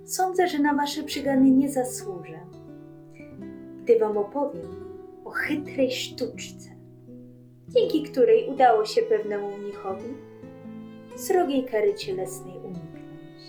sądzę, że na wasze przygany nie zasłużę, gdy wam opowiem o chytrej sztuczce, dzięki której udało się pewnemu mnichowi srogiej kary cielesnej uniknąć.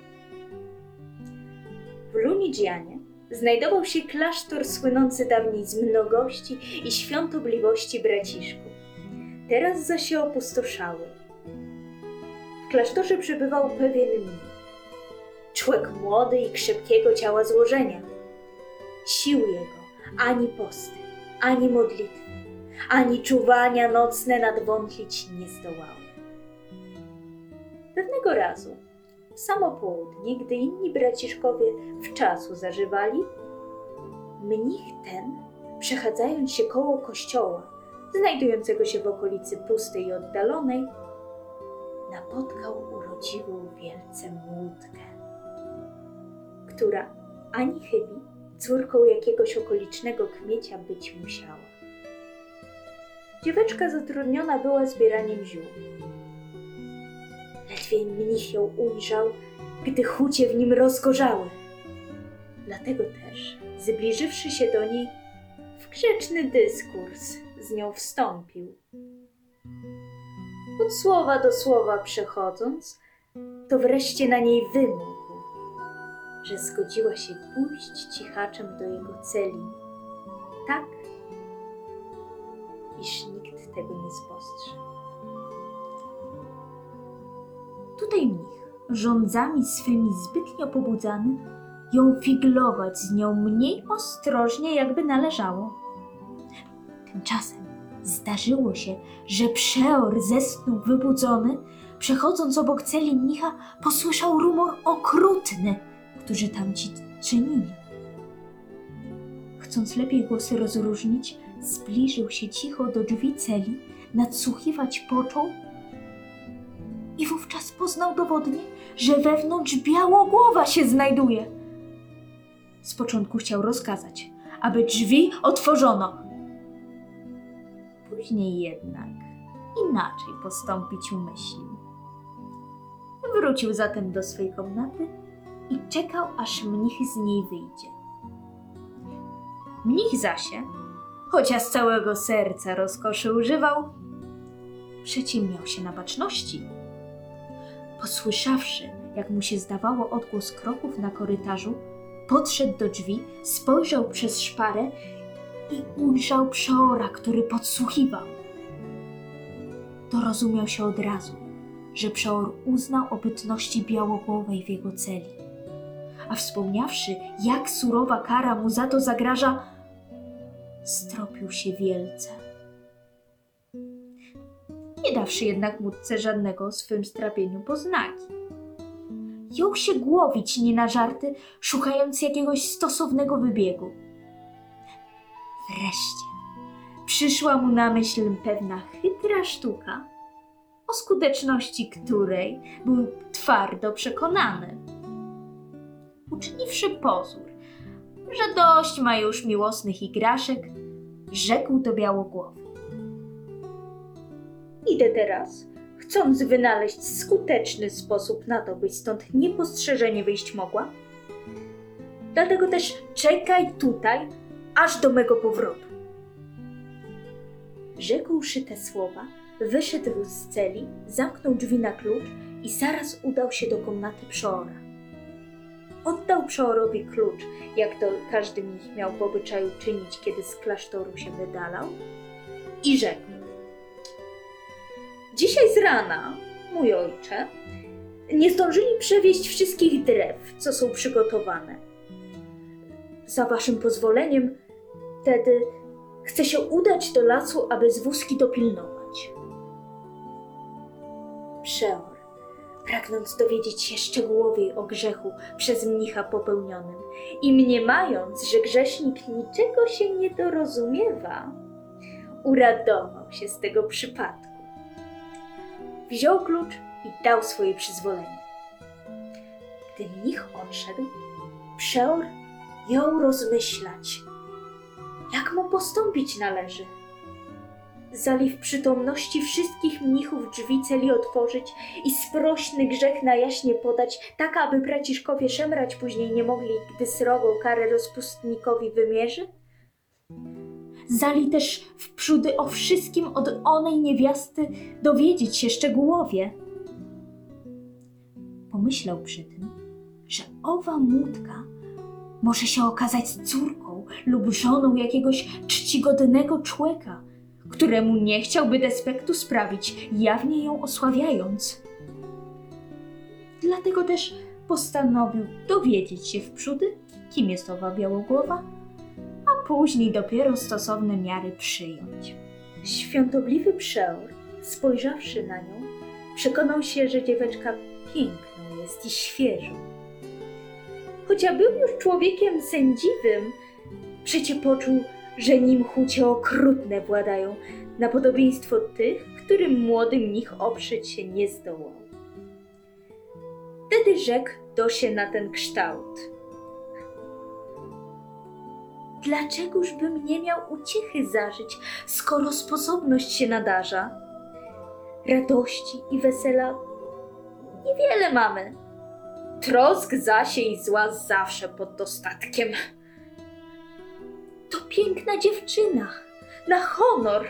W Lunigianie znajdował się klasztor słynący dawniej z mnogości i świątobliwości braciszków. Teraz zaś się opustoszały. W klasztorze przebywał pewien mnich, człowiek młody i krzepkiego ciała złożenia. Sił jego ani posty, ani modlitwy, ani czuwania nocne nadwątlić nie zdołały. Pewnego razu, w samo południe, gdy inni braciszkowie wczasu zażywali, mnich ten, przechadzając się koło kościoła, znajdującego się w okolicy pustej i oddalonej, napotkał urodziwą wielce młódkę, która ani chybi córką jakiegoś okolicznego kmiecia być musiała. Dzieweczka zatrudniona była zbieraniem ziół. Ledwie mnich ją ujrzał, gdy chucie w nim rozgorzały. Dlatego też, zbliżywszy się do niej, w grzeczny dyskurs z nią wstąpił. Od słowa do słowa przechodząc, to wreszcie na niej wymógł, że zgodziła się pójść cichaczem do jego celi, tak, iż nikt tego nie spostrzegł. Tutaj mnich, żądzami swymi zbytnio pobudzany, jął figlować z nią mniej ostrożnie, jakby należało. Tymczasem zdarzyło się, że przeor ze snu wybudzony, przechodząc obok celi mnicha, posłyszał rumor okrutny, który tamci czynili. Chcąc lepiej głosy rozróżnić, zbliżył się cicho do drzwi celi, nadsłuchiwać począł i wówczas poznał dowodnie, że wewnątrz białogłowa się znajduje. Z początku chciał rozkazać, aby drzwi otworzono. Później jednak inaczej postąpić umyślił. Wrócił zatem do swej komnaty i czekał, aż mnich z niej wyjdzie. Mnich zasie, chociaż z całego serca rozkoszy używał, przeciemniał się na baczności. Posłyszawszy, jak mu się zdawało odgłos kroków na korytarzu, podszedł do drzwi, spojrzał przez szparę i ujrzał przeora, który podsłuchiwał. Dorozumiał się od razu, że przeor uznał o bytności białogłowej w jego celi, a wspomniawszy, jak surowa kara mu za to zagraża, stropił się wielce. Nie dawszy jednak młódce żadnego o swym strapieniu poznaki. Jął się głowić nie na żarty, szukając jakiegoś stosownego wybiegu. Wreszcie przyszła mu na myśl pewna chytra sztuka, o skuteczności której był twardo przekonany. Uczyniwszy pozór, że dość ma już miłosnych igraszek, rzekł do białogłowy: idę teraz, chcąc wynaleźć skuteczny sposób na to, byś stąd niepostrzeżenie wyjść mogła. Dlatego też czekaj tutaj, aż do mego powrotu. Rzekłszy te słowa, wyszedł z celi, zamknął drzwi na klucz i zaraz udał się do komnaty przeora. Oddał przeorowi klucz, jak to każdy mnich miał w obyczaju czynić, kiedy z klasztoru się wydalał, i rzekł: dzisiaj z rana, mój ojcze, nie zdążyli przewieźć wszystkich drew, co są przygotowane. Za waszym pozwoleniem, wtedy chcę się udać do lasu, aby z wózki dopilnować. Przeor, pragnąc dowiedzieć się szczegółowiej o grzechu przez mnicha popełnionym i mniemając, że grzesznik niczego się nie dorozumiewa, uradował się z tego przypadku. Wziął klucz i dał swoje przyzwolenie. Gdy mnich odszedł, przeor jął rozmyślać, jak mu postąpić należy. zali w przytomności wszystkich mnichów drzwi celi otworzyć i sprośny grzech na jaśnie podać, tak aby braciszkowie szemrać później nie mogli, gdy srogą karę rozpustnikowi wymierzy? Zali też wprzódy o wszystkim od onej niewiasty dowiedzieć się szczegółowie. Pomyślał przy tym, że owa młódka może się okazać córką lub żoną jakiegoś czcigodnego człeka, któremu nie chciałby despektu sprawić, jawnie ją osławiając. Dlatego też postanowił dowiedzieć się wprzódy, kim jest owa Białogłowa, a później dopiero stosowne miary przyjąć. Świątobliwy przeor, spojrzawszy na nią, przekonał się, że dzieweczka piękną jest i świeżą. Chociaż był już człowiekiem sędziwym, przecie poczuł, że nim chucie okrutne władają, na podobieństwo tych, którym młody mnich oprzeć się nie zdołał. Wtedy rzekł Dosie na ten kształt: dlaczegoż bym nie miał uciechy zażyć, skoro sposobność się nadarza? Radości i wesela niewiele mamy. Trosk zasie i zła zawsze pod dostatkiem. To piękna dziewczyna, na honor.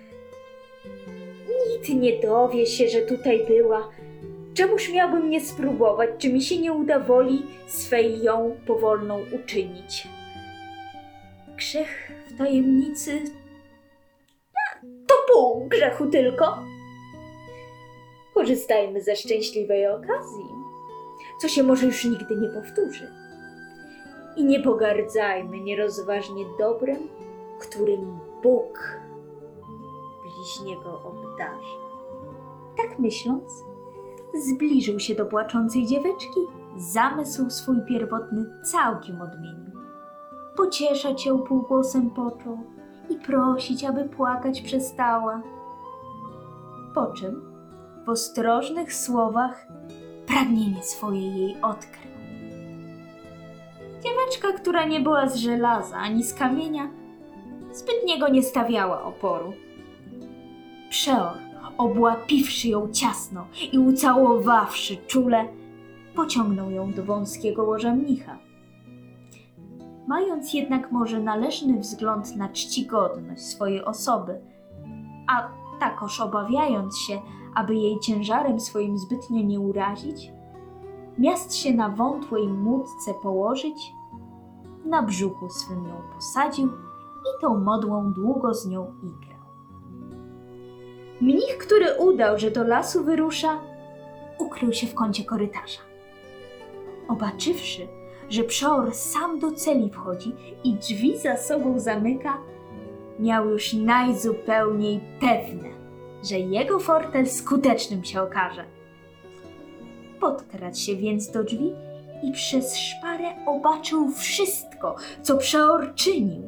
Nikt nie dowie się, że tutaj była. Czemuż miałbym nie spróbować, czy mi się nie uda woli swej ją powolną uczynić? Grzech w tajemnicy to pół grzechu tylko. Korzystajmy ze szczęśliwej okazji, co się może już nigdy nie powtórzy. I nie pogardzajmy nierozważnie dobrem, którym Bóg bliźniego obdarza. Tak myśląc, zbliżył się do płaczącej dzieweczki, zamysł swój pierwotny całkiem odmienił. Pocieszać ją półgłosem począł i prosić, aby płakać przestała. Po czym w ostrożnych słowach pragnienie swoje jej odkrył. Dzieweczka, która nie była z żelaza ani z kamienia, zbytniego nie stawiała oporu. Przeor, obłapiwszy ją ciasno i ucałowawszy czule, pociągnął ją do wąskiego łoża mnicha. Mając jednak może należny wzgląd na czcigodność swojej osoby, a takoż obawiając się, aby jej ciężarem swoim zbytnio nie urazić, miast się na wątłej młódce położyć, na brzuchu swym ją posadził i tą modłą długo z nią igrał. Mnich, który udał, że do lasu wyrusza, ukrył się w kącie korytarza. Obaczywszy, że przeor sam do celi wchodzi i drzwi za sobą zamyka, miał już najzupełniej pewne, że jego fortel skutecznym się okaże. Podkradł się więc do drzwi i przez szparę obaczył wszystko, co przeor czynił.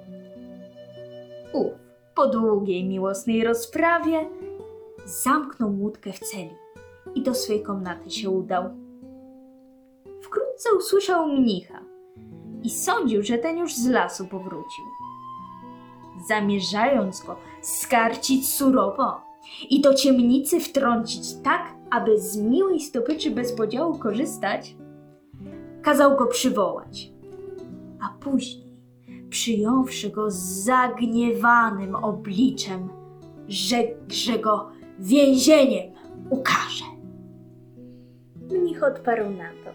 Ów, po długiej miłosnej rozprawie, zamknął łódkę w celi i do swej komnaty się udał. Wkrótce usłyszał mnicha i sądził, że ten już z lasu powrócił. Zamierzając go skarcić surowo i do ciemnicy wtrącić tak, aby z miłej zdobyczy bez podziału korzystać, kazał go przywołać, a później, przyjąwszy go z zagniewanym obliczem, rzekł, że go więzieniem ukarze. Mnich odparł na to: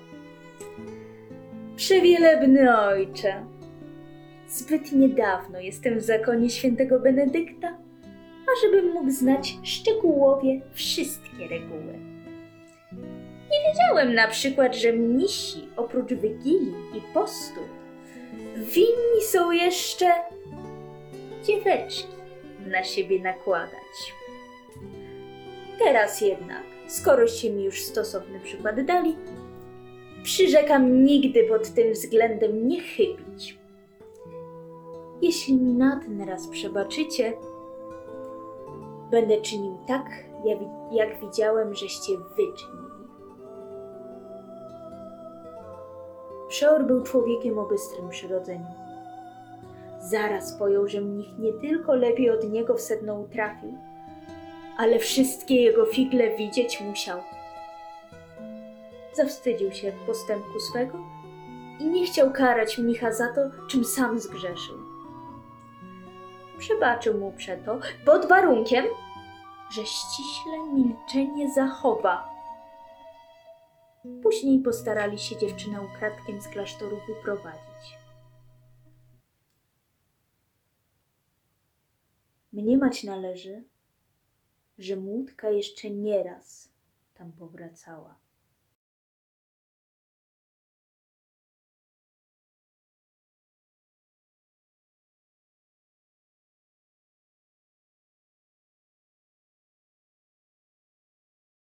przewielebny ojcze, zbyt niedawno jestem w zakonie świętego Benedykta, ażebym mógł znać szczegółowie wszystkie reguły. Nie wiedziałem na przykład, że mnisi oprócz wigilii i postu winni są jeszcze dzieweczki na siebie nakładać. Teraz jednak, skoroście mi już stosowny przykład dali, przyrzekam nigdy pod tym względem nie chybić. Jeśli mi na ten raz przebaczycie, będę czynił tak, jak widziałem, żeście wy czynili. Przeor był człowiekiem o bystrym przyrodzeniu. Zaraz pojął, że mnich nie tylko lepiej od niego w sedno utrafił, ale wszystkie jego figle widzieć musiał. Zawstydził się postępku swego i nie chciał karać mnicha za to, czym sam zgrzeszył. Przebaczył mu przeto pod warunkiem, że ściśle milczenie zachowa. Później postarali się dziewczynę ukradkiem z klasztoru wyprowadzić. Mniemać należy, że Młódka jeszcze nieraz tam powracała.